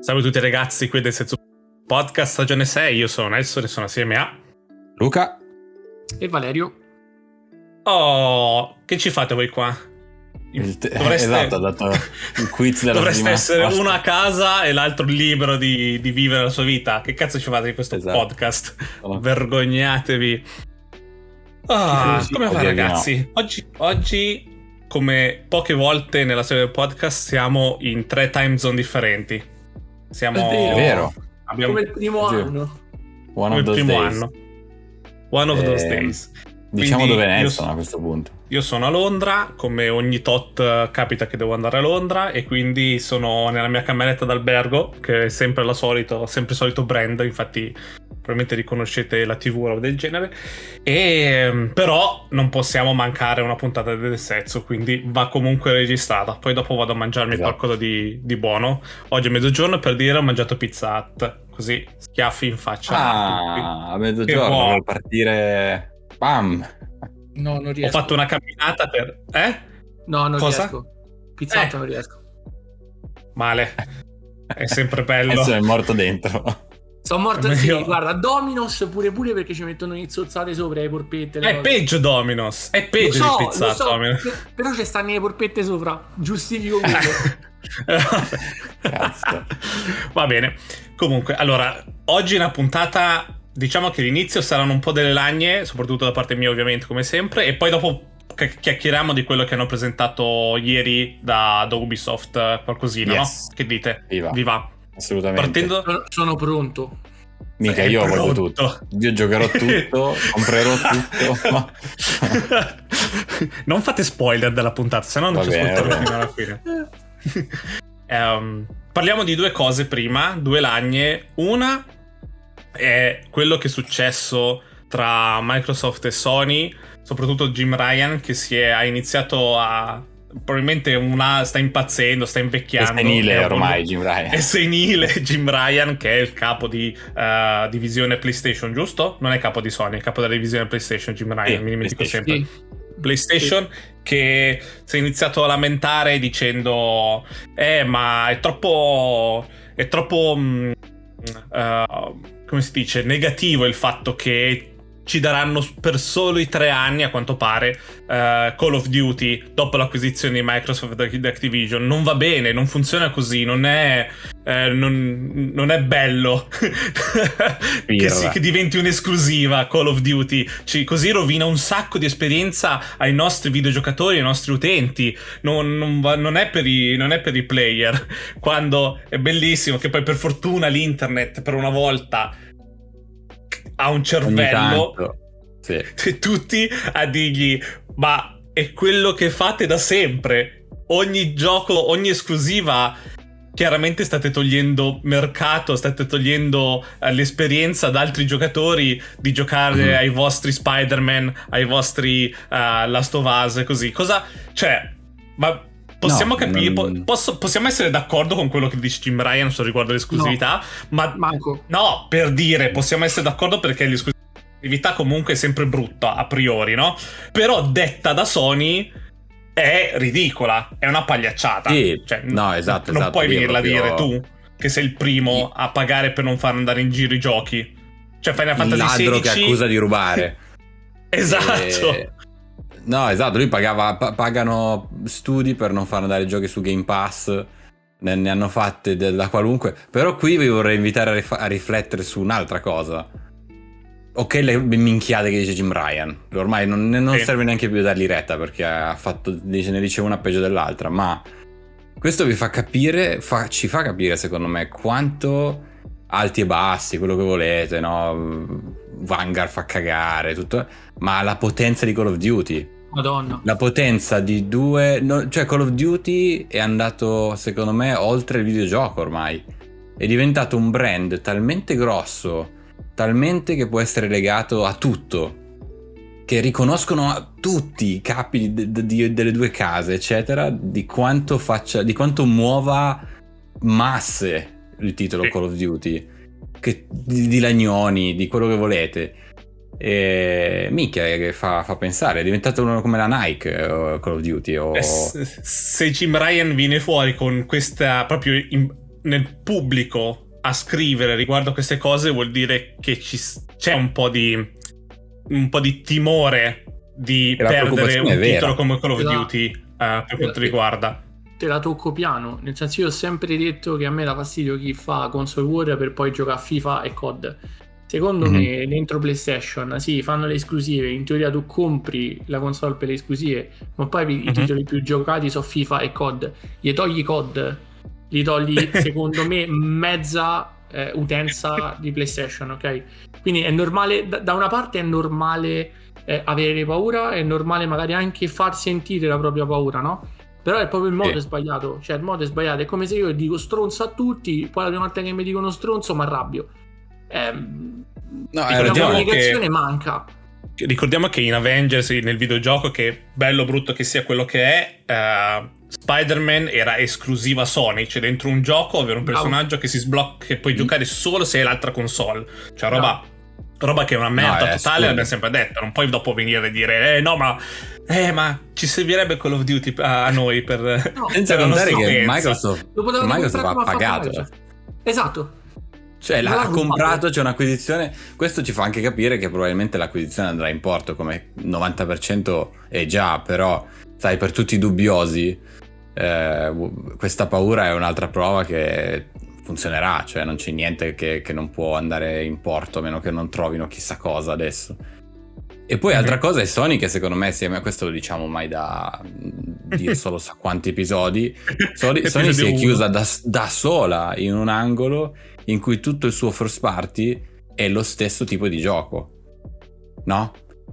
Salve a tutti ragazzi, qui del Senso Podcast stagione 6, io sono Nelson e sono assieme a Luca e Valerio. Oh, che ci fate voi qua? Esatto, ha dato il quiz della dovreste essere posta. uno a casa e l'altro libero di vivere la sua vita. Che cazzo ci fate in questo podcast? Vergognatevi. Come va ragazzi? No. Oggi, come poche volte nella storia del podcast, siamo in 3 time zone differenti. Siamo... È vero. Come il primo anno. One of those days. Diciamo dove ne sono a questo punto. Io sono a Londra, come ogni tot capita che devo andare a Londra, e quindi sono nella mia cameretta d'albergo, che è sempre sempre il solito brand, infatti probabilmente riconoscete la TV o roba del genere, e però non possiamo mancare una puntata del Sezzo, quindi va comunque registrata. Poi dopo vado a mangiarmi qualcosa di buono. Oggi è mezzogiorno, per dire, ho mangiato Pizza Hut, così schiaffi in faccia. A mezzogiorno per partire... Bam! No, non riesco. Ho fatto una camminata per... No, non Cosa? riesco. Pizza Hut non riesco. Male. È sempre bello. Adesso è morto dentro. Sono morto, sì, guarda, Domino's pure perché ci mettono le zozzate sopra le polpette. È peggio Domino's. È peggio di Pizza Hut, Domino's. Però ci stanno le polpette sopra. Giustifico quello. Cazzo. Va bene. Comunque, allora, oggi è una puntata... Diciamo che all'inizio saranno un po' delle lagne, soprattutto da parte mia ovviamente come sempre, e poi dopo chiacchieriamo di quello che hanno presentato ieri da Ubisoft, qualcosina, yes. No? Che dite? Vi va? Assolutamente. Sono pronto. Mica io voglio tutto. Io giocherò tutto, comprerò tutto. Non fate spoiler della puntata, se no non ci ascolterò fino alla fine. Parliamo di 2 cose prima, 2 lagne. Una è quello che è successo tra Microsoft e Sony, soprattutto Jim Ryan, che ha iniziato a... probabilmente sta impazzendo, sta invecchiando. È senile ormai Jim Ryan. È senile Jim Ryan, che è il capo di divisione PlayStation, giusto? Non è capo di Sony, è capo della divisione PlayStation, Jim Ryan, mi dimentico sempre. Sì. PlayStation, che si è iniziato a lamentare dicendo ma è troppo come si dice, negativo il fatto che ci daranno per solo i 3 anni, a quanto pare, Call of Duty dopo l'acquisizione di Microsoft da Activision. Non va bene, non funziona così, non è bello che diventi un'esclusiva Call of Duty. Così rovina un sacco di esperienza ai nostri videogiocatori, ai nostri utenti. Non è per i player, quando è bellissimo che poi per fortuna l'internet per una volta ha un cervello, sì. Tutti a dirgli ma è quello che fate da sempre, ogni gioco, ogni esclusiva, chiaramente state togliendo mercato, state togliendo l'esperienza ad altri giocatori di giocare ai vostri Spider-Man, ai vostri Last of Us, così. Ma possiamo capire, possiamo essere d'accordo con quello che dice Jim Ryan sul riguardo all'esclusività, no, per dire, possiamo essere d'accordo perché l'esclusività comunque è sempre brutta a priori, no? Però detta da Sony è ridicola, è una pagliacciata. Sì, no, esatto. Non puoi venirla a dire tu che sei il primo a pagare per non far andare in giro i giochi. Cioè Final Fantasy XVI... Il ladro che accusa di rubare. Esatto. No, esatto, lui pagano studi per non far andare giochi su Game Pass, ne hanno fatte da qualunque, però qui vi vorrei invitare a riflettere su un'altra cosa. Ok, le minchiate che dice Jim Ryan, ormai non serve neanche più dargli retta, perché ne dice una peggio dell'altra, ma questo vi fa capire, ci fa capire secondo me quanto alti e bassi, quello che volete, no? Vanguard fa cagare, tutto, ma la potenza di Call of Duty, Madonna, la potenza di cioè Call of Duty è andato secondo me oltre il videogioco ormai, è diventato un brand talmente grosso, talmente che può essere legato a tutto, che riconoscono a tutti i capi delle 2 case eccetera, di quanto muova masse il titolo Call of Duty, di lagnoni, di quello che volete. Minchia, che fa pensare, è diventato uno come la Nike, Call of Duty. Se Jim Ryan viene fuori con questa proprio nel pubblico a scrivere riguardo a queste cose, vuol dire che c'è un po' di timore di perdere un titolo come Call of Duty per quanto riguarda. Te la tocco piano, nel senso, io ho sempre detto che a me dà fastidio chi fa console war per poi giocare a FIFA e COD. Secondo me dentro PlayStation sì, fanno le esclusive, in teoria tu compri la console per le esclusive, ma poi i titoli più giocati sono FIFA e COD. Gli togli COD, gli togli secondo me mezza utenza di PlayStation, ok? Quindi è normale, da una parte è normale avere paura, è normale magari anche far sentire la propria paura, no? Però è proprio il modo sbagliato, cioè il modo è sbagliato, è come se io dico stronzo a tutti, poi la prima volta che mi dicono stronzo mi arrabbio. La comunicazione manca. Ricordiamo che in Avengers, nel videogioco, che bello o brutto che sia quello che è, Spider-Man era esclusiva Sony, cioè dentro un gioco avere un personaggio che si sblocca, che puoi giocare solo se hai l'altra console, cioè roba che è una merda totale, l'abbiamo sempre detto, non puoi dopo venire e dire no ma ci servirebbe Call of Duty a noi per senza contare che Microsoft va pagato. Esatto. Cioè l'ha comprato, c'è un'acquisizione. Questo ci fa anche capire che probabilmente l'acquisizione andrà in porto, come 90% è già, però sai, per tutti i dubbiosi questa paura è un'altra prova che funzionerà, cioè non c'è niente che non può andare in porto a meno che non trovino chissà cosa adesso. E poi altra cosa è Sony, che secondo me, questo lo diciamo mai da Dio solo sa quanti episodi, Sony si è chiusa da sola in un angolo in cui tutto il suo first party è lo stesso tipo di gioco, no?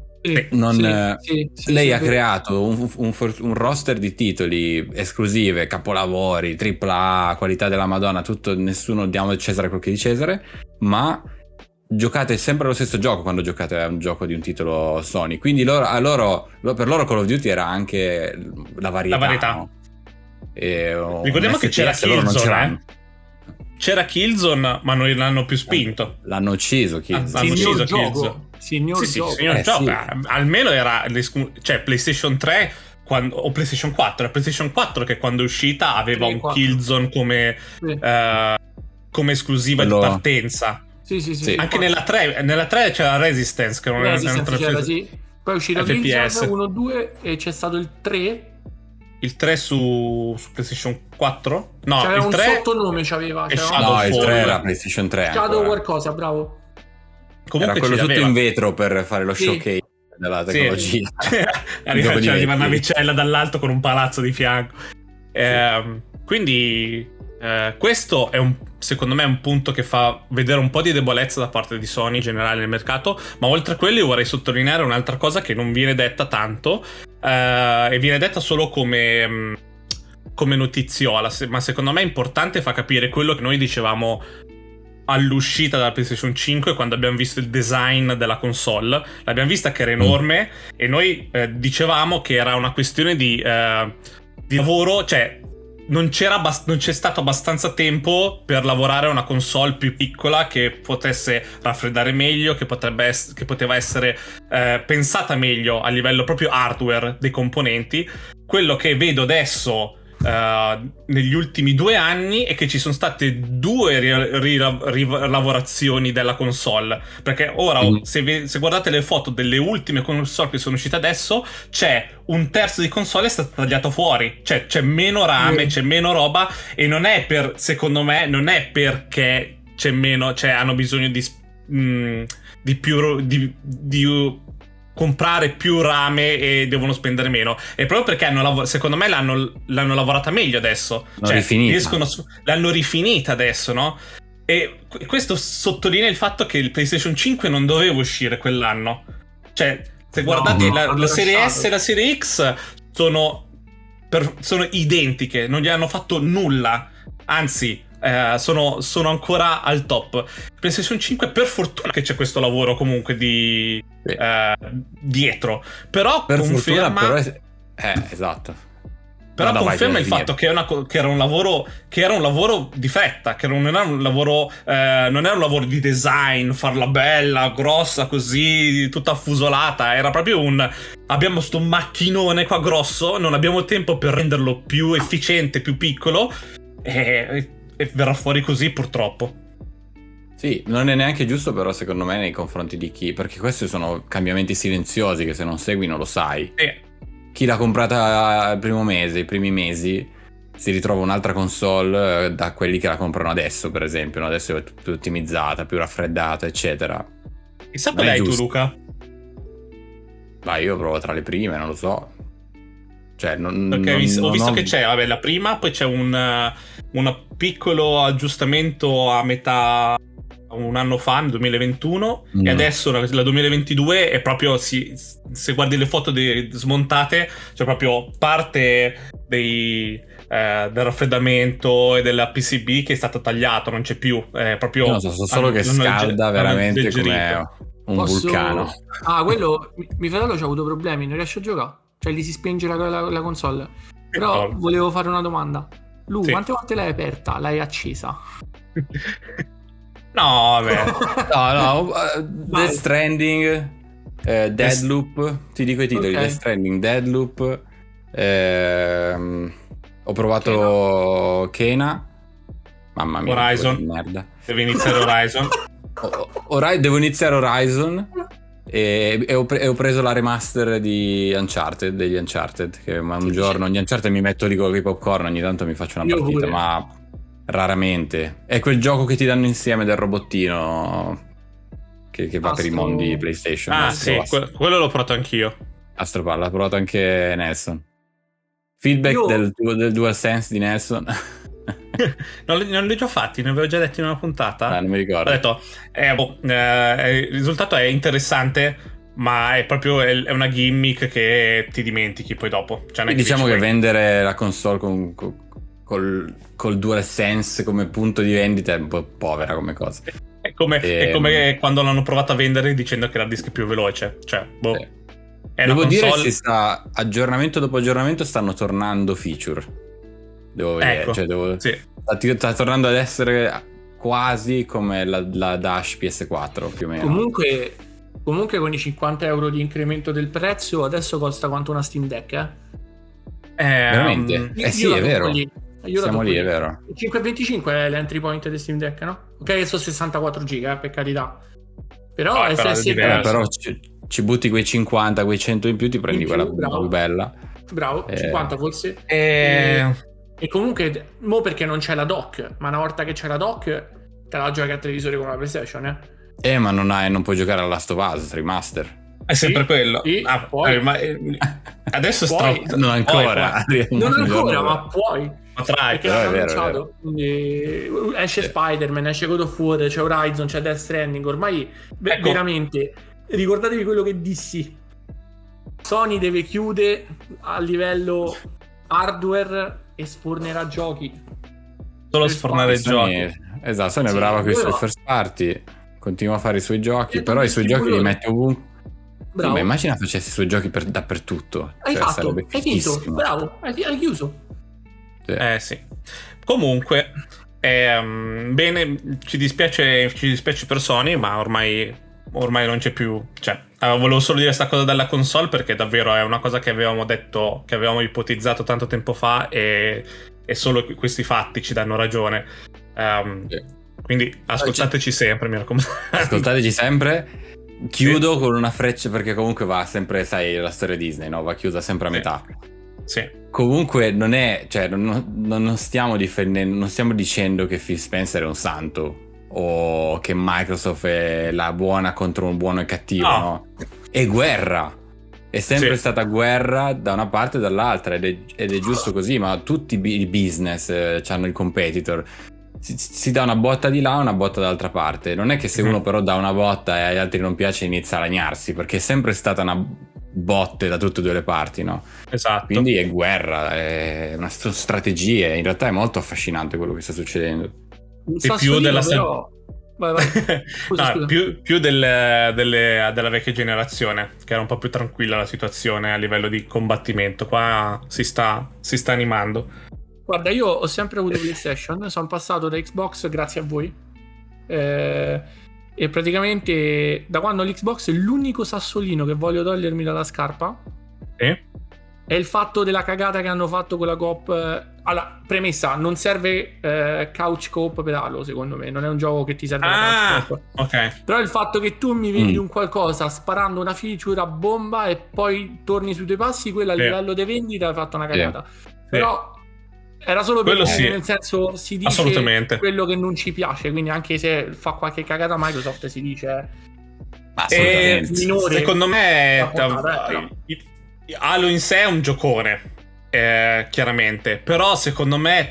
Lei ha creato un roster di titoli esclusive, capolavori, AAA, qualità della Madonna, tutto, nessuno, diamo a Cesare quel che è di Cesare, ma giocate sempre lo stesso gioco quando giocate a un gioco di un titolo Sony, quindi per loro Call of Duty era anche la varietà. No? Ricordiamo che c'era Killzone, c'era Killzone, ma non l'hanno più spinto. L'hanno ucciso Killzone. Signor gioco. Almeno era cioè PlayStation 3 o PlayStation 4. PlayStation 4 che quando è uscita aveva un Killzone come esclusiva di partenza. Sì. Anche nella 3 c'era Resistance, che non c'era, sì. Poi è uscito Killzone 1, 2 e c'è stato il 3. Il 3 su PlayStation 4? No, c'era il 3 un sottonome, c'aveva. No, il 3 era PlayStation 3. Shadow qualcosa, bravo. Comunque era quello tutto in vetro per fare lo showcase della tecnologia. Arriva una navicella dall'alto con un palazzo di fianco. Quindi questo è secondo me un punto che fa vedere un po' di debolezza da parte di Sony in generale nel mercato, ma oltre a quello io vorrei sottolineare un'altra cosa che non viene detta tanto e viene detta solo come notiziola, ma secondo me è importante, fa capire quello che noi dicevamo all'uscita della PlayStation 5 quando abbiamo visto il design della console. L'abbiamo vista che era enorme e noi dicevamo che era una questione di lavoro, cioè non c'è stato abbastanza tempo per lavorare a una console più piccola che potesse raffreddare meglio, che poteva essere pensata meglio a livello proprio hardware dei componenti. Quello che vedo adesso negli ultimi 2 anni è che ci sono state 2 rilavorazioni della console, perché ora se guardate le foto delle ultime console che sono uscite adesso, c'è un terzo di console è stato tagliato fuori, cioè c'è meno rame, c'è meno roba, e non è secondo me non è perché c'è meno, cioè hanno bisogno di più comprare più rame e devono spendere meno, è proprio perché secondo me l'hanno lavorata meglio adesso, l'hanno rifinita adesso, no? E questo sottolinea il fatto che il PlayStation 5 non doveva uscire quell'anno, cioè se guardate la Serie S e la Serie X sono identiche, non gli hanno fatto nulla, anzi sono ancora al top. PlayStation 5 per fortuna che c'è questo lavoro comunque dietro, però per conferma fortuna, esatto, però conferma il fatto che era un lavoro di fretta, che non era un lavoro di design, farla bella, grossa così, tutta affusolata, era proprio abbiamo sto macchinone qua grosso, non abbiamo tempo per renderlo più efficiente, più piccolo, e e verrà fuori così, purtroppo. Sì, non è neanche giusto però secondo me nei confronti di chi, perché questi sono cambiamenti silenziosi che se non segui non lo sai. Chi l'ha comprata il primo mese, i primi mesi, si ritrova un'altra console da quelli che la comprano adesso, per esempio, no? Adesso è più ottimizzata, più raffreddata, eccetera. Chissà qual hai tu, Luca? Ma io provo tra le prime, non lo so. Cioè, ho visto che c'è, vabbè, la prima, poi c'è un piccolo aggiustamento a metà un anno fa, nel 2021, e adesso la 2022 è proprio, se guardi le foto smontate, c'è proprio parte del raffreddamento e della PCB che è stato tagliato, non c'è più, è proprio... No, so solo che scalda veramente come un vulcano. Quello, mio fratello ci ha avuto problemi, non riesce a giocare, cioè gli si spenge la console. Però volevo fare una domanda. Lu, sì. Quante volte l'hai aperta? L'hai accesa? No, vabbè. No, Death Stranding, Deadloop, ti dico i titoli, okay. Death Stranding, Deadloop, ho provato Kena. Mamma mia, Horizon. Merda. Devo iniziare Horizon. Devo iniziare Horizon e ho preso la remaster degli Uncharted, che un giorno ogni Uncharted mi metto lì con i popcorn, ogni tanto mi faccio una partita, pure. Ma raramente. È quel gioco che ti danno insieme del robottino che va per i mondi PlayStation. Ah sì, quello l'ho provato anch'io. Astropalla, l'ha provato anche Nelson. Feedback del DualSense di Nelson. non li ho già fatti, ne avevo già detto in una puntata. Non mi ricordo. Ho detto, il risultato è interessante, ma è proprio è una gimmick che ti dimentichi poi dopo. Cioè, diciamo che vendere la console col DualSense come punto di vendita è un po' povera come cosa. È come quando l'hanno provato a vendere dicendo che la disc è più veloce. Cioè, devo dire che aggiornamento dopo aggiornamento stanno tornando feature. Devo vedere, ecco, sta tornando ad essere quasi come la Dash PS4 più o meno. Comunque con i 50 euro di incremento del prezzo adesso costa quanto una Steam Deck, veramente? Sì, è vero. Siamo lì, è vero. 5,25 è l'entry point di Steam Deck, no? Ok, che sono 64 giga, per carità. Però però ci butti quei 50, quei 100 in più, ti prendi quella più bella. Bravo, 50 forse. E comunque, mo perché non c'è la dock, ma una volta che c'è la dock, te la giochi a televisore con la PlayStation, ma non puoi giocare alla Last of Us Remaster. È sempre quello. Sì, adesso non ancora. Non ancora, ma puoi. Potrai, perché l'hanno annunciato. Quindi esce Spider-Man, esce God of War, c'è Horizon, c'è Death Stranding. Ormai veramente ricordatevi quello che dissi. Sony deve chiudere a livello hardware e sfornerà giochi. Solo sfornare giochi. Esatto, Sony è brava con i suoi first party, continua a fare i suoi giochi, però i suoi giochi li mette ovunque. Ma immagina facessi i suoi giochi dappertutto. Hai finito, bravo, hai chiuso. Sì. Comunque bene, ci dispiace per Sony, ma ormai non c'è più, cioè volevo solo dire questa cosa della console perché davvero è una cosa che avevamo detto, che avevamo ipotizzato tanto tempo fa, e solo questi fatti ci danno ragione. Quindi ascoltateci sempre, mi raccomando. Ascoltateci sempre. Chiudo con una freccia perché comunque va sempre, sai, la storia Disney, no? Va chiusa sempre a metà. Sì. Comunque non è, cioè non stiamo difendendo, non stiamo dicendo che Phil Spencer è un santo o che Microsoft è la buona contro un buono e cattivo, no? È guerra. È sempre stata guerra da una parte e dall'altra ed è giusto così, ma tutti i business hanno il competitor. Si dà una botta di là, una botta dall'altra parte. Non è che se uno però dà una botta e agli altri non piace inizia a lagnarsi, perché è sempre stata una botte da tutte e due le parti, no? Esatto. Quindi è guerra, è una strategia. In realtà è molto affascinante quello che sta succedendo. Più della vai. Scusa. Più della vecchia generazione, che era un po' più tranquilla la situazione a livello di combattimento. Qua si sta animando. Guarda, io ho sempre avuto PlayStation, sono passato da Xbox grazie a voi, e praticamente da quando l'Xbox è l'unico sassolino che voglio togliermi dalla scarpa, è il fatto della cagata che hanno fatto con la coop. Allora, premessa, non serve couch coop per Halo, secondo me, non è un gioco che ti serve la couch coop. Ok. Però il fatto che tu mi vendi un qualcosa sparando una feature a bomba e poi torni sui tuoi passi, quello a livello di vendita hai fatto una cagata. Però era solo per dire, nel senso, si dice quello che non ci piace, quindi anche se fa qualche cagata Microsoft si dice minore. Secondo me Halo in sé è un giocone, chiaramente, però secondo me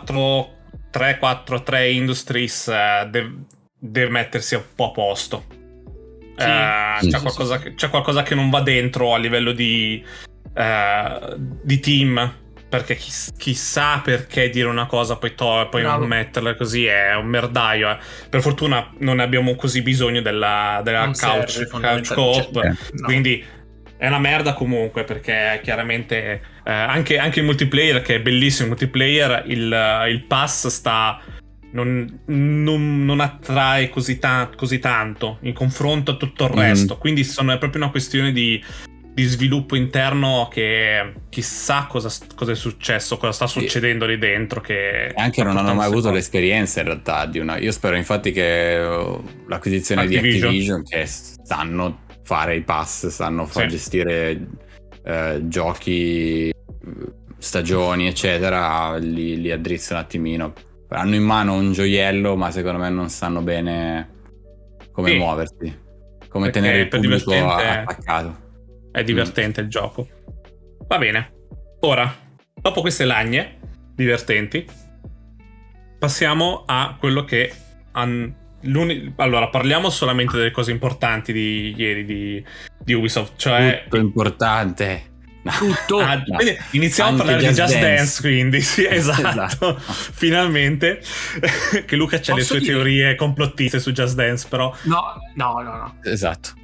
343 Industries deve mettersi un po' a posto. C'è qualcosa che non va dentro a livello di team, perché chissà perché dire una cosa poi non metterla così è un merdaio. Per fortuna non abbiamo così bisogno della couch coop, quindi è una merda comunque, perché chiaramente anche il multiplayer, che è bellissimo, il multiplayer, il pass non attrae così tanto in confronto a tutto il resto, quindi è proprio una questione di sviluppo interno, che chissà cosa è successo, cosa sta succedendo lì dentro, che anche non hanno mai avuto l'esperienza in realtà io spero infatti che l'acquisizione di Activision, che sanno fare i pass, sanno far gestire giochi, stagioni eccetera, li addrizzano un attimino. Hanno in mano un gioiello, ma secondo me non sanno bene come muoversi, come tenere il pubblico attaccato. È divertente il gioco. Va bene. Ora, dopo queste lagne divertenti, passiamo a quello che allora, parliamo solamente delle cose importanti di ieri di Ubisoft, cioè tutto importante. Tutto. Iniziamo a parlare di Just Dance, quindi sì, esatto. Finalmente che Luca c'ha le sue teorie complottiste su Just Dance, però no. Esatto.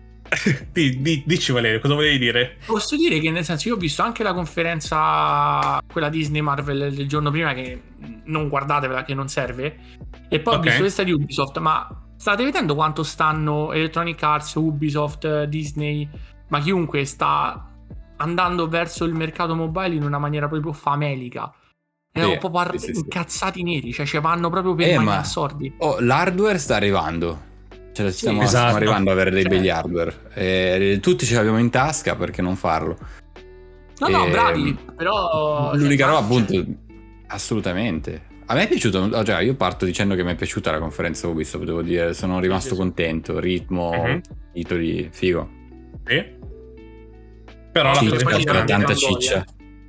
Dici Valerio, cosa volevi dire? Posso dire che, nel senso, io ho visto anche la conferenza, quella Disney Marvel del giorno prima, che non guardatevela, che non serve, e poi ho visto questa di Ubisoft. Ma state vedendo quanto stanno Electronic Arts, Ubisoft, Disney, ma chiunque sta andando verso il mercato mobile in una maniera proprio famelica. Proprio incazzati neri, cioè ci vanno proprio per mani assordi. L'hardware sta arrivando. Stiamo arrivando ad avere dei begli hardware. Tutti ce l'abbiamo in tasca, perché non farlo? No, bravi, però l'unica roba, appunto, assolutamente. A me è piaciuto, cioè io parto dicendo che mi è piaciuta la conferenza Ubisoft, devo dire, sono rimasto contento, ritmo, titoli, figo. Sì. Però c'è tanta ciccia.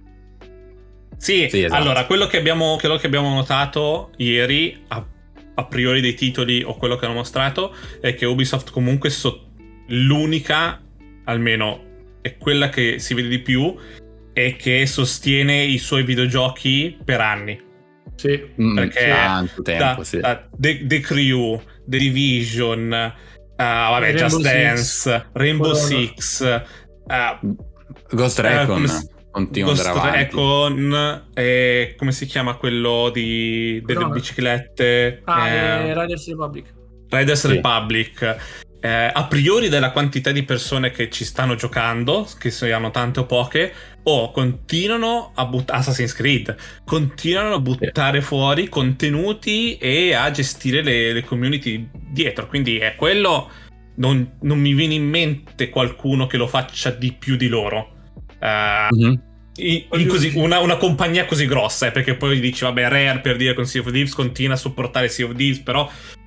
Sì, esatto. Allora, quello che abbiamo notato ieri, a priori dei titoli o quello che hanno mostrato, è che Ubisoft comunque l'unica, almeno è quella che si vede di più, è che sostiene i suoi videogiochi per anni. Sì, perché tanto tempo, The Crew, The Division, Just Dance, Rainbow Six, Ghost Recon continua ad andare avanti. Come si chiama quello delle biciclette? Riders Republic. A priori, della quantità di persone che ci stanno giocando, che siano tante o poche, continuano a Assassin's Creed continuano a buttare fuori contenuti e a gestire le community dietro, quindi è quello. Non mi viene in mente qualcuno che lo faccia di più di loro. Così, una compagnia così grossa, perché poi dici vabbè, Rare, per dire, con Sea of Thieves continua a supportare Sea of Thieves, però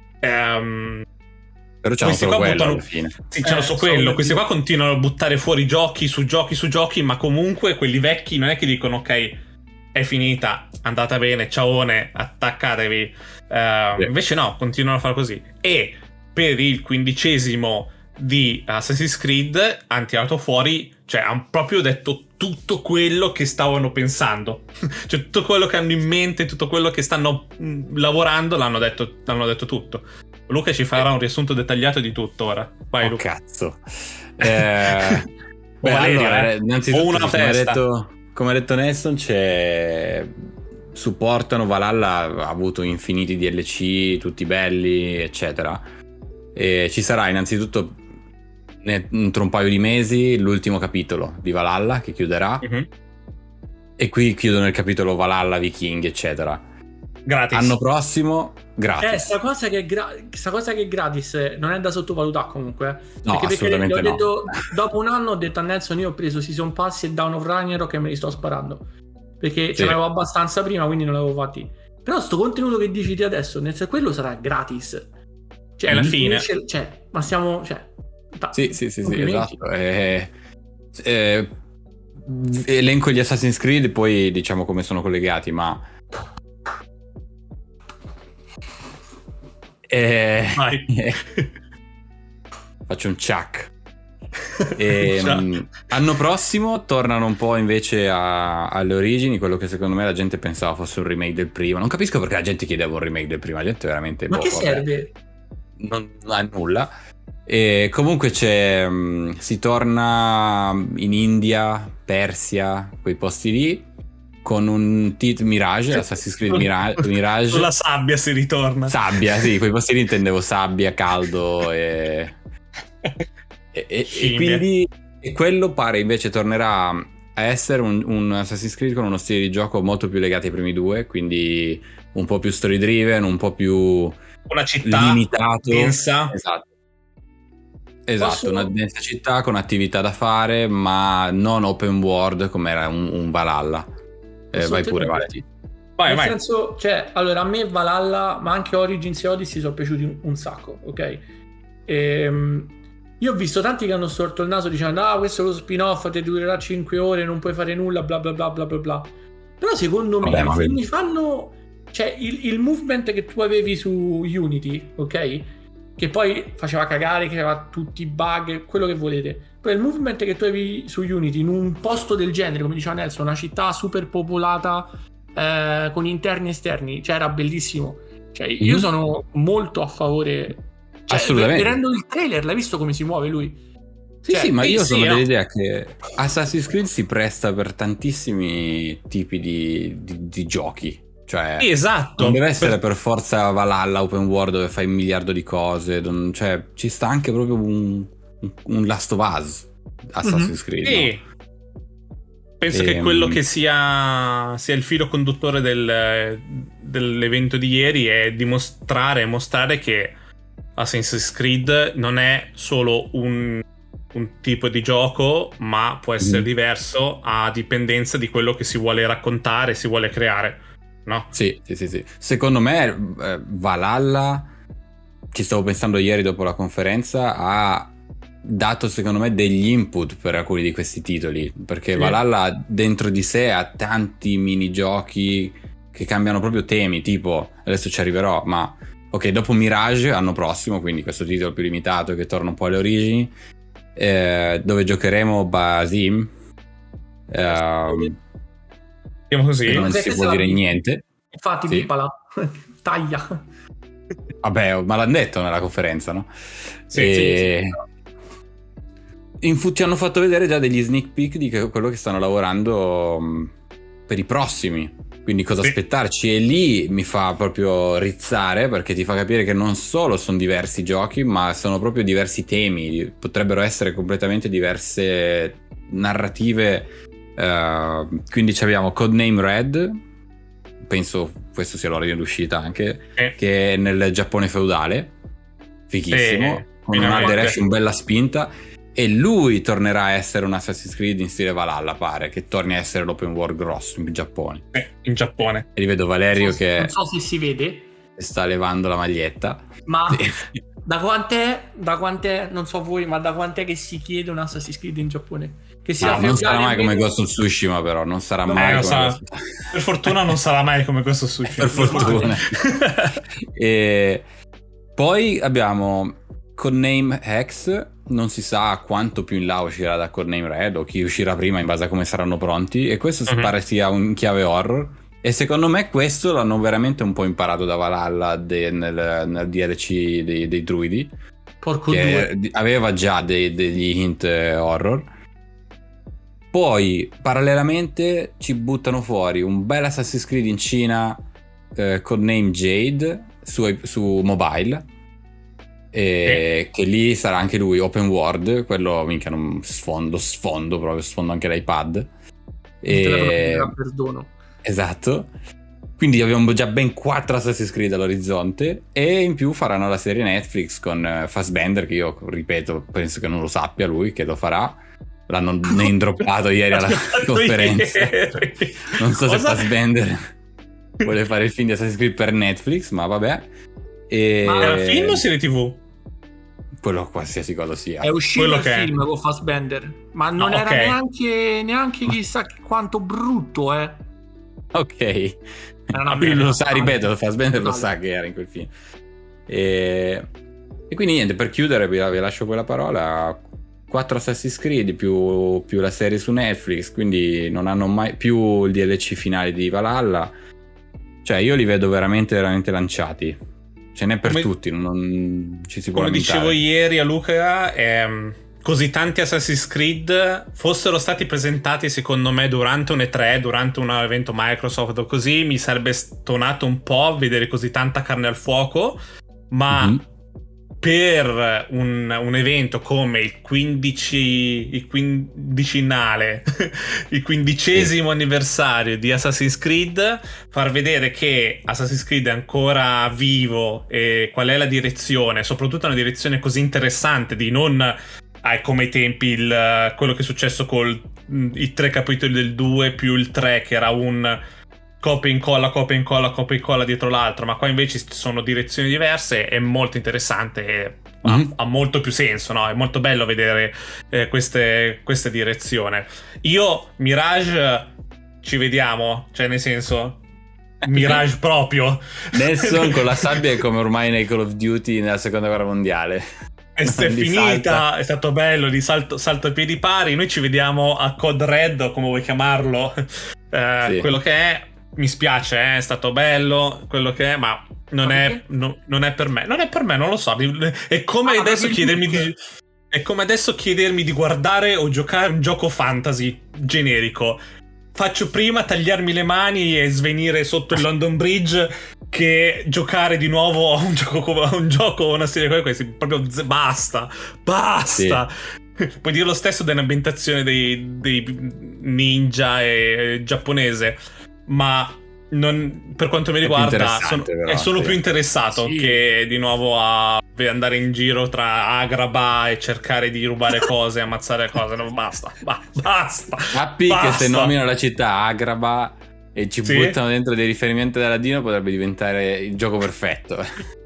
c'hanno solo quello alla fine. Sì, c'hanno solo quello. Questi qua continuano a buttare fuori giochi su giochi, ma comunque quelli vecchi non è che dicono ok, è finita, andata bene, ciaone, attaccatevi. Invece no, continuano a fare così. E per il 15° di Assassin's Creed hanno tirato fuori, cioè hanno proprio detto tutto quello che stavano pensando. Cioè tutto quello che hanno in mente, tutto quello che stanno lavorando, l'hanno detto tutto. Luca ci farà un riassunto dettagliato di tutto ora. Vai, Luca. Cazzo. Allora, innanzitutto, come ha detto Nelson, supportano Valhalla, ha avuto infiniti DLC, tutti belli, eccetera. E ci sarà innanzitutto entro un paio di mesi l'ultimo capitolo di Valhalla che chiuderà, e qui chiudono il capitolo Valhalla, Vichinghi, eccetera. Gratis. Anno prossimo gratis. Sta cosa che è gratis non è da sottovalutare comunque. No, perché assolutamente gli ho detto, dopo un anno ho detto a Nelson, io ho preso Season Pass e Dawn of Ragnarok che me li sto sparando. Perché ce l'avevo abbastanza prima, quindi non l'avevo fatti. Però sto contenuto che dici te adesso, nel senso, quello sarà gratis. Cioè, alla fine. Ma stiamo... Sì, esatto. Elenco gli Assassin's Creed, poi diciamo come sono collegati, ma... Vai. Faccio un chuck. Anno prossimo tornano un po' invece alle origini, quello che secondo me la gente pensava fosse un remake del primo. Non capisco perché la gente chiedeva un remake del primo, la gente veramente... Ma che serve? Non ha nulla. E comunque si torna in India, Persia, quei posti lì, con un Mirage, Assassin's Creed Mirage. Con la sabbia si ritorna. Sabbia, sì, quei posti lì intendevo sabbia, caldo e quindi quello pare invece tornerà a essere un Assassin's Creed con uno stile di gioco molto più legato ai primi due, quindi un po' più story driven, un po' più una città limitato, densa. Esatto, una densa città con attività da fare, ma non open world come era un Valhalla. Vai pure, vai. Nel senso, cioè, allora a me Valhalla, ma anche Origins e Odyssey sono piaciuti un sacco, ok? Io ho visto tanti che hanno storto il naso dicendo questo è lo spin-off, ti durerà 5 ore, non puoi fare nulla, bla bla bla bla bla bla. Però secondo me mi fanno... Cioè, il movement che tu avevi su Unity, ok? Che poi faceva cagare, che aveva tutti i bug, quello che volete. Però il movement che tu avevi su Unity in un posto del genere, come diceva Nelson, una città super popolata con interni e esterni, cioè era bellissimo. Cioè, io sono molto a favore. Cioè, assolutamente. Vedendo il trailer, l'hai visto come si muove lui? Sì, ma io sono dell'idea che Assassin's Creed si presta per tantissimi tipi di giochi. Cioè, esatto. Non deve essere per forza Valhalla open world dove fai un miliardo di cose. Cioè, ci sta anche proprio un Last of Us Assassin's Creed. Sì. No? Penso che quello che sia il filo conduttore dell'evento di ieri è mostrare che Assassin's Creed non è solo un tipo di gioco, ma può essere diverso a dipendenza di quello che si vuole raccontare, si vuole creare. No? Sì. Secondo me Valhalla, ci stavo pensando ieri dopo la conferenza, ha dato secondo me degli input per alcuni di questi titoli, perché Valhalla dentro di sé ha tanti minigiochi che cambiano proprio temi, tipo, adesso ci arriverò, ma ok, dopo Mirage anno prossimo, quindi questo titolo più limitato che torna un po' alle origini, dove giocheremo Basim, così. Non si può dire niente. Infatti, pipala, taglia. Vabbè, ma l'hanno detto nella conferenza, no? Sì. Ci hanno fatto vedere già degli sneak peek di quello che stanno lavorando per i prossimi. Quindi cosa aspettarci? E lì mi fa proprio rizzare, perché ti fa capire che non solo sono diversi giochi, ma sono proprio diversi temi. Potrebbero essere completamente diverse narrative. Quindi abbiamo Codename Red, penso questo sia l'ora di uscita anche, che è nel Giappone feudale, fighissimo, con una direction bella spinta, e lui tornerà a essere un Assassin's Creed in stile Valhalla, pare che torni a essere l'open world grosso in Giappone. In Giappone. E rivedo Valerio che non so se si vede, sta levando la maglietta, ma da quant'è, non so voi, ma da quant'è che si chiede un Assassin's Creed in Giappone? Che sia non sarà mai come Ghost of Tsushima, però non sarà mai come per fortuna non sarà mai come Ghost of Tsushima. Per fortuna. E poi abbiamo Codename X, non si sa quanto più in là uscirà da Codename Red o chi uscirà prima in base a come saranno pronti, e questo pare sia un chiave horror, e secondo me questo l'hanno veramente un po' imparato da Valhalla nel DLC dei druidi, porco che aveva già degli hint horror. Poi parallelamente ci buttano fuori un bel Assassin's Creed in Cina, Codename Jade su mobile, e che lì sarà anche lui open world, quello minchia non sfondo proprio, sfondo anche l'iPad. Perdono. Esatto. Quindi abbiamo già ben 4 Assassin's Creed all'orizzonte, e in più faranno la serie Netflix con Fassbender, che io ripeto penso che non lo sappia lui che lo farà. L'hanno name droppato ieri alla conferenza. Non so se Fassbender vuole fare il film di Assassin's Creed per Netflix, ma vabbè. Ma era film o serie TV? Quello qualsiasi cosa sia. È uscito il film con Fassbender, ma non era neanche chissà quanto brutto, Ok. Quindi lo sa, ripeto, Fassbender lo sa che era in quel film. E quindi niente, per chiudere vi lascio quella parola. 4 Assassin's Creed più la serie su Netflix, quindi non hanno mai più il DLC finale di Valhalla. Cioè io li vedo veramente lanciati. Ce n'è per tutti, non ci si può lamentare. Come dicevo ieri a Luca, così tanti Assassin's Creed fossero stati presentati secondo me durante un E3, durante un evento Microsoft o così, mi sarebbe stonato un po' vedere così tanta carne al fuoco, ma per un evento come il 15esimo anniversario di Assassin's Creed, far vedere che Assassin's Creed è ancora vivo e qual è la direzione, soprattutto una direzione così interessante di non come ai tempi quello che è successo con i 3 capitoli del 2 più il 3 che era un copia e incolla dietro l'altro, ma qua invece ci sono direzioni diverse, è molto interessante e ha molto più senso, no? È molto bello vedere queste direzioni. Io Mirage ci vediamo, cioè nel senso Mirage proprio. Nelson con la sabbia è come ormai nei Call of Duty nella seconda guerra mondiale. È finita, è stato bello di salto a piedi pari. Noi ci vediamo a Code Red, o come vuoi chiamarlo, quello che è. Mi spiace, è stato bello quello che è, ma non è per me. Non è per me, non lo so. È come adesso chiedermi di guardare o giocare un gioco fantasy generico. Faccio prima tagliarmi le mani e svenire sotto il London Bridge che giocare di nuovo a un gioco o una serie come questa. Proprio basta. Sì. Puoi dire lo stesso dell'ambientazione dei ninja e giapponese, ma per quanto mi riguarda sono più interessato che di nuovo a andare in giro tra Agrabah e cercare di rubare cose, ammazzare cose. No, basta. Sappi che se nomino la città Agrabah e ci buttano dentro dei riferimenti da Ladino, potrebbe diventare il gioco perfetto.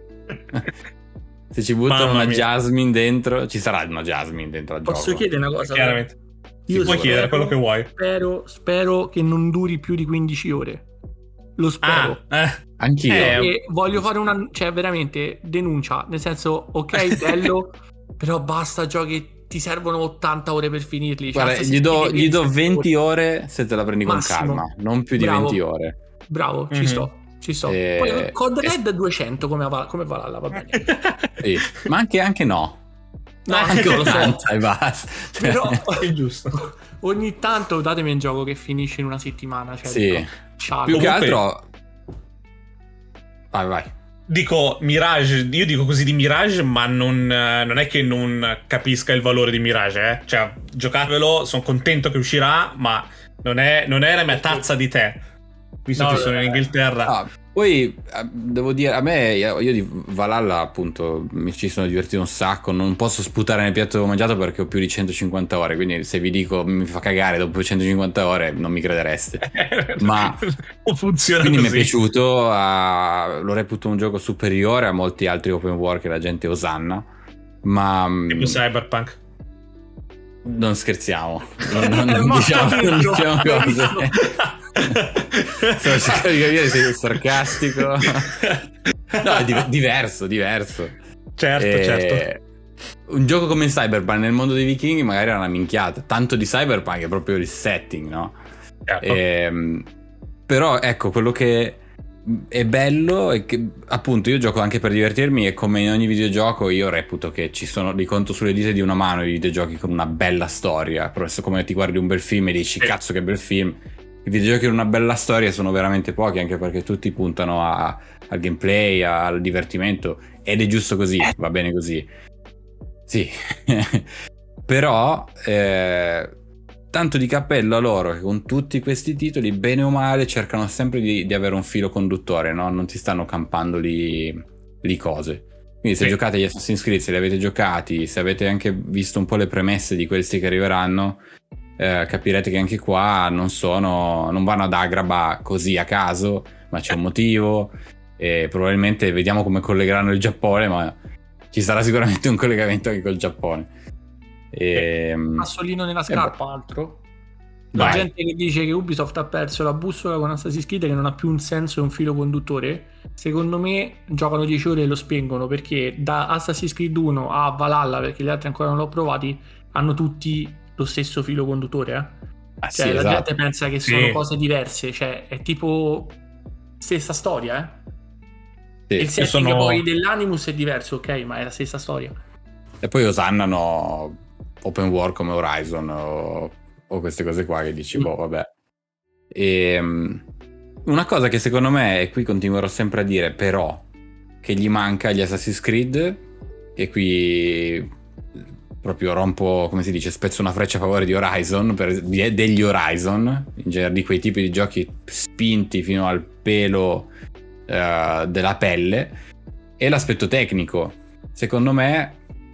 Se ci buttano una Jasmine dentro, ci sarà una Jasmine dentro al gioco. Posso chiedere una cosa? Chiaramente. Io puoi chiedere quello che vuoi. Spero che non duri più di 15 ore. Lo spero. Anch'io. E voglio fare cioè veramente denuncia, nel senso, ok, bello, però basta giochi, ti servono 80 ore per finirli. Guarda, cioè, gli do 20 ore se te la prendi massimo, con calma, non più di 20 ore. Bravo, ci sto. Poi Code Red 200 come Valhalla, va bene. Sì. Ma anche no. No, anche lo so. E basta. Però è giusto. Ogni tanto datemi un gioco che finisce in una settimana. Cioè, sì. Più che altro. Vai. Dico Mirage, io dico così di Mirage, ma non è che non capisca il valore di Mirage, Cioè, giocatevelo, sono contento che uscirà, ma non è la mia tazza di tè. Visto che sono in Inghilterra. Poi devo dire, a me, io di Valhalla appunto mi ci sono divertito un sacco. Non posso sputare nel piatto che ho mangiato perché ho più di 150 ore. Quindi se vi dico mi fa cagare dopo 150 ore non mi credereste. Ma funziona quindi così. Mi è piaciuto, lo reputo un gioco superiore a molti altri open world che la gente osanna. Ma tipo Cyberpunk. Non scherziamo, non diciamo cose. Sto cercando di capire se è sarcastico. No, è diverso. Certo. Un gioco come Cyberpunk nel mondo dei vichinghi magari era una minchiata. Tanto di Cyberpunk è proprio il setting, no? Certo. Però ecco, quello che è bello è che appunto io gioco anche per divertirmi, e come in ogni videogioco io reputo che li conto sulle dita di una mano i videogiochi con una bella storia. Però se come ti guardi un bel film e dici cazzo che bel film, i videogiochi con una bella storia sono veramente pochi, anche perché tutti puntano al gameplay, al divertimento, ed è giusto così, va bene così. Sì. Però tanto di cappello a loro che con tutti questi titoli, bene o male, cercano sempre di avere un filo conduttore, no? Non ti stanno campando lì cose. Quindi se giocate gli Assassin's Creed, se li avete giocati, se avete anche visto un po' le premesse di questi che arriveranno, capirete che anche qua non vanno ad Agrabah così a caso, ma c'è un motivo, e probabilmente vediamo come collegheranno il Giappone, ma ci sarà sicuramente un collegamento anche col Giappone. Assolino nella scarpa, altro. La gente che dice che Ubisoft ha perso la bussola con Assassin's Creed, che non ha più un senso e un filo conduttore, secondo me giocano 10 ore e lo spengono, perché da Assassin's Creed 1 a Valhalla, perché gli altri ancora non l'ho provati, hanno tutti lo stesso filo conduttore, cioè sì, la esatto. gente pensa che sono cose diverse, cioè è tipo stessa storia, Sì, il setting poi dell'Animus è diverso, ok, ma è la stessa storia. E poi osannano open world come Horizon o queste cose qua che dici boh, vabbè. Una cosa che secondo me, e qui continuerò sempre a dire, però, che gli manca agli Assassin's Creed, e qui proprio rompo, come si dice, spezzo una freccia a favore di Horizon, degli Horizon, in genere di quei tipi di giochi spinti fino al pelo della pelle, è l'aspetto tecnico. Secondo me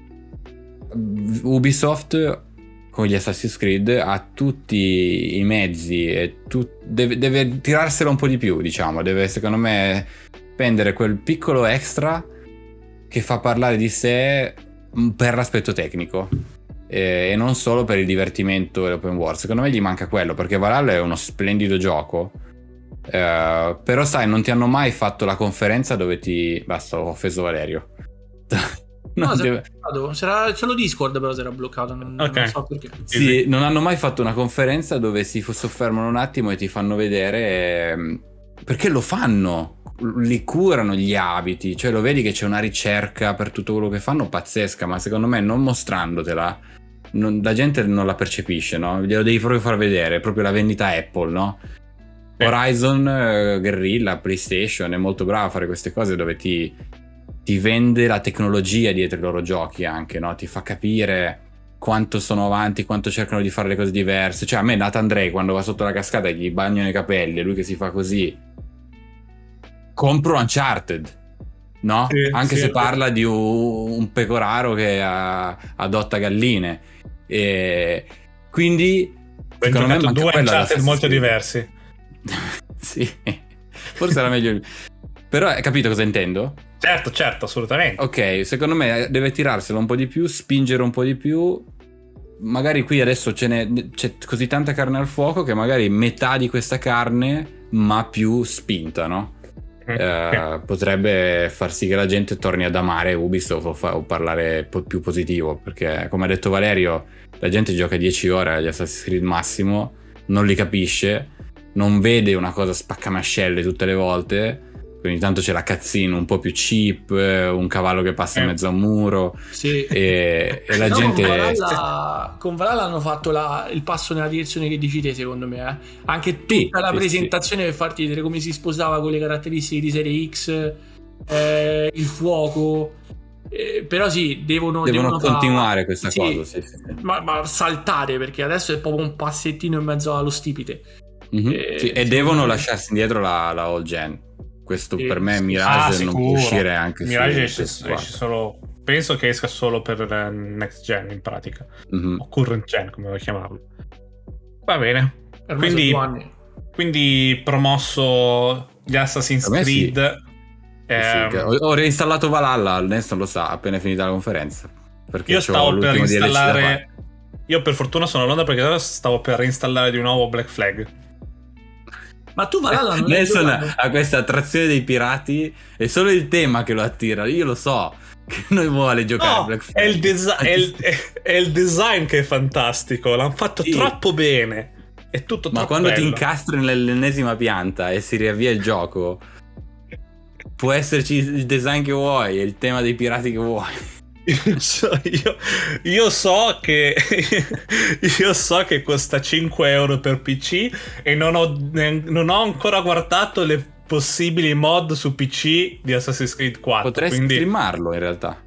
Ubisoft con gli Assassin's Creed ha tutti i mezzi e deve tirarsela un po' di più, diciamo, deve secondo me spendere quel piccolo extra che fa parlare di sé per l'aspetto tecnico e non solo per il divertimento e l'open world. Secondo me gli manca quello, perché Valhalla è uno splendido gioco, però sai, non ti hanno mai fatto la conferenza dove basta, ho offeso Valerio. Solo Discord però si era bloccato, non so perché. Sì, non hanno mai fatto una conferenza dove si soffermano un attimo e ti fanno vedere, perché lo fanno, li curano gli abiti, cioè lo vedi che c'è una ricerca per tutto quello che fanno pazzesca, ma secondo me non mostrandotela la gente non la percepisce, no? Glielo devi proprio far vedere, è proprio la vendita Apple, no? Horizon, Guerrilla, PlayStation è molto brava a fare queste cose dove ti vende la tecnologia dietro i loro giochi anche, no? Ti fa capire quanto sono avanti, quanto cercano di fare le cose diverse. Cioè a me Nathan Drake quando va sotto la cascata e gli bagnano i capelli, lui che si fa così, compro Uncharted, no? Sì, anche se parla di un pecoraro che adotta galline, e quindi secondo me manca 2 Uncharted molto diversi. Sì, forse era meglio, però hai capito cosa intendo? Certo, assolutamente. Ok, secondo me deve tirarselo un po' di più, spingere un po' di più. Magari qui adesso c'è così tanta carne al fuoco che magari metà di questa carne, ma più spinta, no? Potrebbe far sì che la gente torni ad amare Ubisoft o parlare più positivo, perché come ha detto Valerio, la gente gioca 10 ore agli Assassin's Creed massimo, non li capisce, non vede una cosa spaccamascelle tutte le volte. Ogni tanto c'è la cutscene un po' più cheap, un cavallo che passa in mezzo a un muro, sì. e la gente con Valhalla hanno fatto il passo nella direzione che dici te, secondo me, anche tutta la presentazione per farti vedere come si sposava con le caratteristiche di serie X, il fuoco, però sì, devono continuare questa cosa, sì. Ma saltare, perché adesso è proprio un passettino in mezzo allo stipite. E devono lasciarsi indietro la all gen. Questo per me Mirage non può uscire, anche Mirage esce solo, penso che esca solo per next gen in pratica, o current gen come vuoi chiamarlo. Va bene, quindi promosso gli Assassin's Creed. Ho reinstallato Valhalla, Nelson lo sa, appena finita la conferenza, perché io stavo per reinstallare, io per fortuna sono a Londra, perché ora stavo per reinstallare di nuovo Black Flag. Ma tu Valhalla non Nelson ha questa attrazione dei pirati, è solo il tema che lo attira, io lo so che non vuole giocare Black Flag. È il design che è fantastico, l'hanno fatto troppo bene, è tutto ma troppo quando bello. ti incastri nell'ennesima pianta e si riavvia il gioco, può esserci il design che vuoi e il tema dei pirati che vuoi, Io so che io so che costa 5 euro per PC e non ho ancora guardato le possibili mod su PC di Assassin's Creed 4. Potresti quindi, streamarlo in realtà.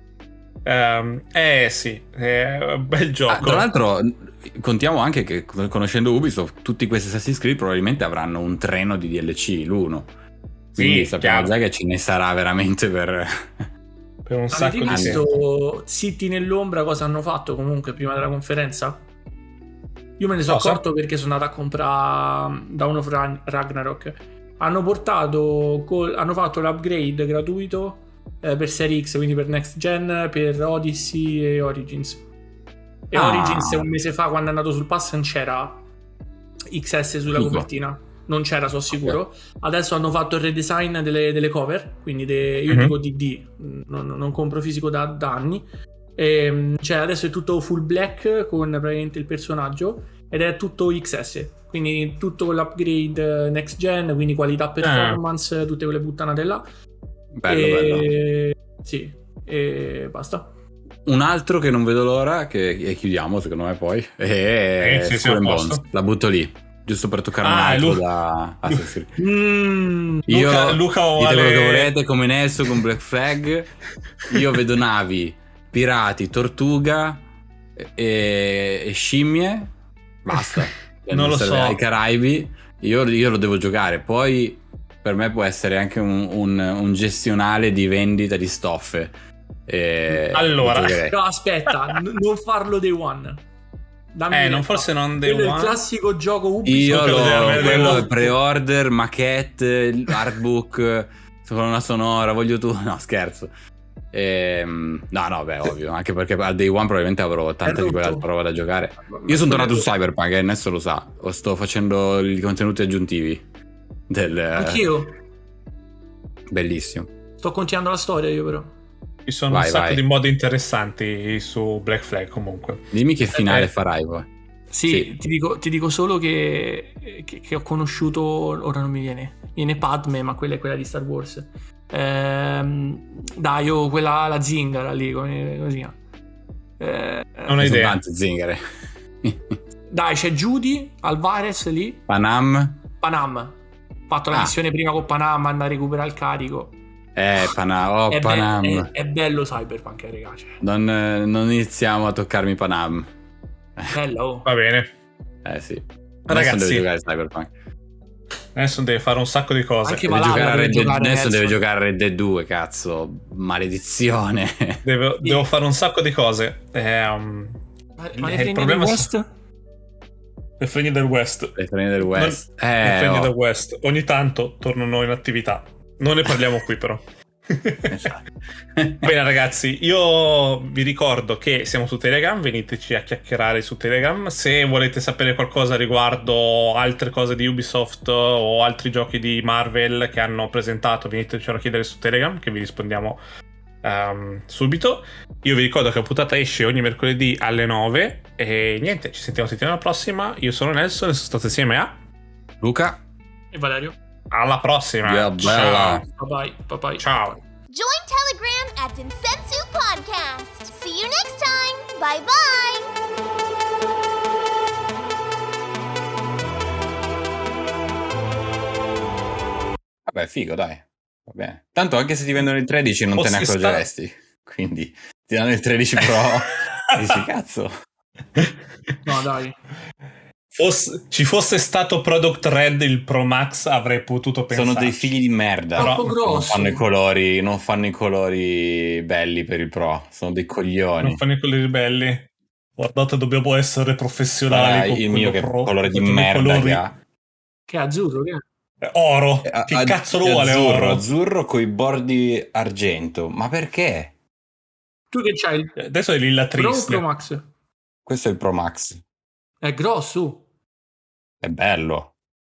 Sì, è un bel gioco. Tra l'altro contiamo anche che, conoscendo Ubisoft, tutti questi Assassin's Creed probabilmente avranno un treno di DLC l'uno. Quindi sappiamo già che ce ne sarà veramente per un sacco di tempo. Avete visto City nell'ombra cosa hanno fatto comunque prima della conferenza? Io me ne sono accorto perché sono andato a comprare Dawn of Ragnarok. Hanno fatto l'upgrade gratuito per Serie X, quindi per Next Gen, per Odyssey e Origins. E Origins un mese fa, quando è andato sul pass, non c'era XS sulla copertina. Non c'era, sono sicuro. Adesso hanno fatto il redesign delle cover, quindi io dico DD, non compro fisico da anni. Cioè adesso è tutto full black con praticamente il personaggio ed è tutto XS, quindi tutto con l'upgrade next gen, quindi qualità performance, tutte quelle puttanate là. Bello. Sì, e basta. Un altro che non vedo l'ora, che chiudiamo secondo me poi, è Skull and Bones. La butto lì, giusto per toccare un altro da Assassin's Creed. Luca dite quello che volete, come Nesso con Black Flag. Io vedo navi, pirati, tortuga e scimmie. Basta. Non lo so. Ai Caraibi. Io lo devo giocare. Poi per me può essere anche un gestionale di vendita di stoffe. Allora, no, aspetta, non farlo day one. Forse non day one. È il classico gioco Ubisoft. Io quello pre-order, maquette, artbook, colonna sonora, voglio tu. No, scherzo. No, beh, ovvio. Anche perché al day one probabilmente avrò tanta di quella roba da giocare. Io sono tornato su Cyberpunk, e Nesso lo sa. Sto facendo i contenuti aggiuntivi anch'io. Bellissimo. Sto continuando la storia io però. Ci sono un sacco di modi interessanti su Black Flag comunque. Dimmi che finale farai poi. Sì. Ti dico solo che ho conosciuto, ora non mi viene Padme, ma quella è quella di Star Wars. Dai, io quella, la zingara lì, come si chiama? Non ho idea. Tante zingare. Dai, c'è Judy Alvarez lì. Panam. Fatto la missione prima con Panam, andare a recuperare il carico. Panam. Panam. È bello Cyberpunk, ragazzi. Non iniziamo a toccarmi Panam. Bello. Va bene. Sì. Ragazzi, adesso deve giocare Cyberpunk. Adesso deve fare un sacco di cose. Adesso deve giocare a Red Dead 2, cazzo. Maledizione. Devo fare un sacco di cose. Ma il problema Le Fregni del West. Le Fregni del West. Le Fregni del West. Ogni tanto tornano in attività. Non ne parliamo qui però. Bene ragazzi, io vi ricordo che siamo su Telegram, veniteci a chiacchierare su Telegram. Se volete sapere qualcosa riguardo altre cose di Ubisoft o altri giochi di Marvel che hanno presentato, veniteci a chiedere su Telegram che vi rispondiamo subito. Io vi ricordo che la puntata esce ogni mercoledì alle 9 e niente, ci sentiamo settimana prossima. Io sono Nelson e sono stato insieme a Luca e Valerio. Alla prossima. Ciao. Bye. Ciao. Join Telegram at Densetsu Podcast. See you next time. Bye bye. Vabbè, figo, dai. Va bene. Tanto anche se ti vendono il 13 non te ne accorgeresti. Quindi ti danno il 13 Pro. Dici cazzo. No, dai. Ci fosse stato Product Red il Pro Max avrei potuto pensare. Sono dei figli di merda. Non fanno i colori belli per il Pro. Sono dei coglioni. Non fanno i colori belli. Guardate, dobbiamo essere professionali. Con il mio che Pro, colore di merda che ha. Che è azzurro, che è? Oro. Che cazzo lo vuole oro? Azzurro coi bordi argento. Ma perché? Tu che c'hai? Adesso è lilla triste. Pro Max. Questo è il Pro Max. È grosso. È bello.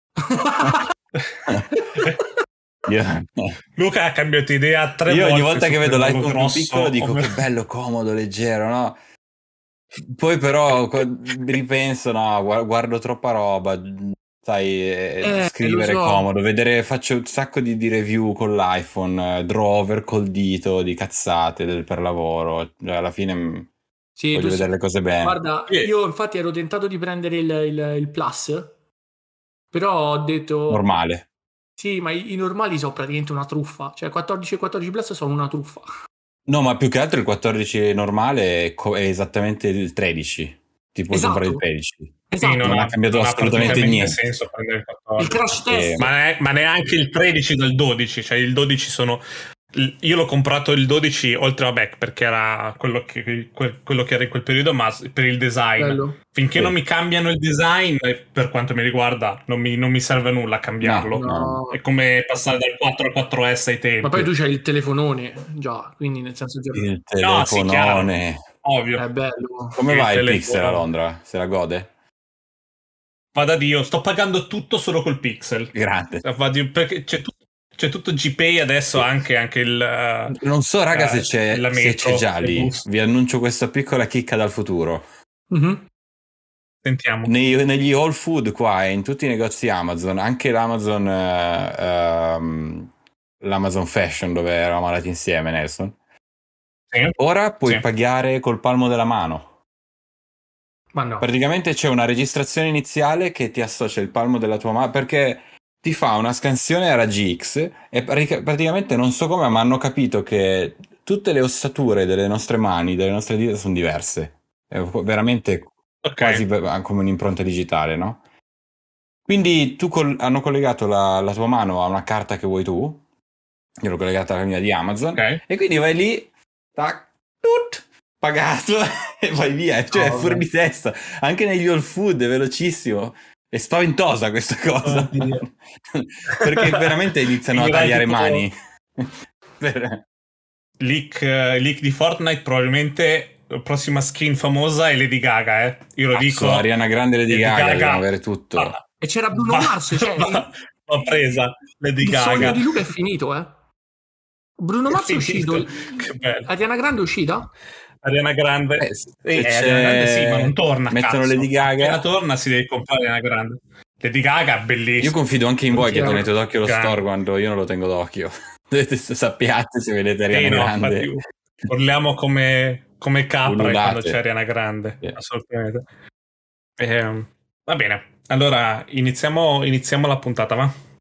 Luca ha cambiato idea 3 volte. Io ogni volta che vedo l'iPhone più piccolo dico che bello, comodo, leggero, no? Poi però ripenso, no, guardo troppa roba, sai, lo scrivere è so. comodo, faccio un sacco di review con l'iPhone, drawer col dito, di cazzate per lavoro, cioè, alla fine Sì, voglio vedere le cose bene. Guarda, io infatti ero tentato di prendere il Plus, però ho detto... Normale. Sì, ma i normali sono praticamente una truffa. Cioè 14 e 14 Plus sono una truffa. No, ma più che altro il 14 normale è esattamente il 13. Ti puoi comprare il 13. Esatto. Sì, Non ha cambiato assolutamente niente. senso prendere il 14. Il crash test. Ma neanche il 13 dal 12, cioè il 12 sono... Io l'ho comprato il 12 oltre a Beck perché era quello che era in quel periodo, ma per il design. Bello. Finché Sì. non mi cambiano il design, per quanto mi riguarda, non mi serve a nulla cambiarlo. No. È come passare dal 4 al 4S ai tempi. Ma poi tu c'hai il telefonone già, quindi nel senso già... Il No, sì, telefonone. chiaro. Ovvio. È bello. Come Il va il telefono. Pixel a Londra? Se la gode? Vada Dio, sto pagando tutto solo col Pixel. Grande. Perché c'è tutto GPay adesso, anche il... Non so, raga, se la c'è metro, già il lì. bus. Vi annuncio questa piccola chicca dal futuro. Mhm. Sentiamo. Negli Whole Food qua e in tutti i negozi Amazon, anche l'Amazon Fashion dove eravamo andati insieme, Nelson. Sì. Ora puoi Sì. pagare col palmo della mano. Ma no. Praticamente c'è una registrazione iniziale che ti associa il palmo della tua mano perché ti fa una scansione a raggi X e praticamente non so come, ma hanno capito che tutte le ossature delle nostre mani, delle nostre dita sono diverse. È veramente quasi come un'impronta digitale, no? Quindi hanno collegato la tua mano a una carta che vuoi tu. Io l'ho collegata alla mia di Amazon. E quindi vai lì, tac, pagato e vai via. Cioè, è fuori di testa. Anche negli Whole Food è velocissimo. È spaventosa questa cosa. Perché veramente iniziano a tagliare mani. Leak di Fortnite, probabilmente la prossima skin famosa è Lady Gaga, Io lo dico. Ariana Grande e Lady Gaga devono avere tutto. E c'era Bruno Mars, cioè... L'ho presa, Lady Gaga. Il sogno di Luca è finito, Bruno Mars è uscito. Che bello. Ariana Grande è uscita? Ariana Grande. Ariana Grande sì, ma non torna. Mettono cazzo. Lady Gaga. Appena torna si deve comprare Ariana Grande. Lady Gaga, bellissima. Io confido anche in voi che Chiaro. tenete d'occhio lo store quando io non lo tengo d'occhio. Sappiate se vedete Ariana Grande. Infatti, urliamo come capra Ululate. quando c'è Ariana Grande. Sì. Assolutamente. Va bene. Allora, iniziamo la puntata, va?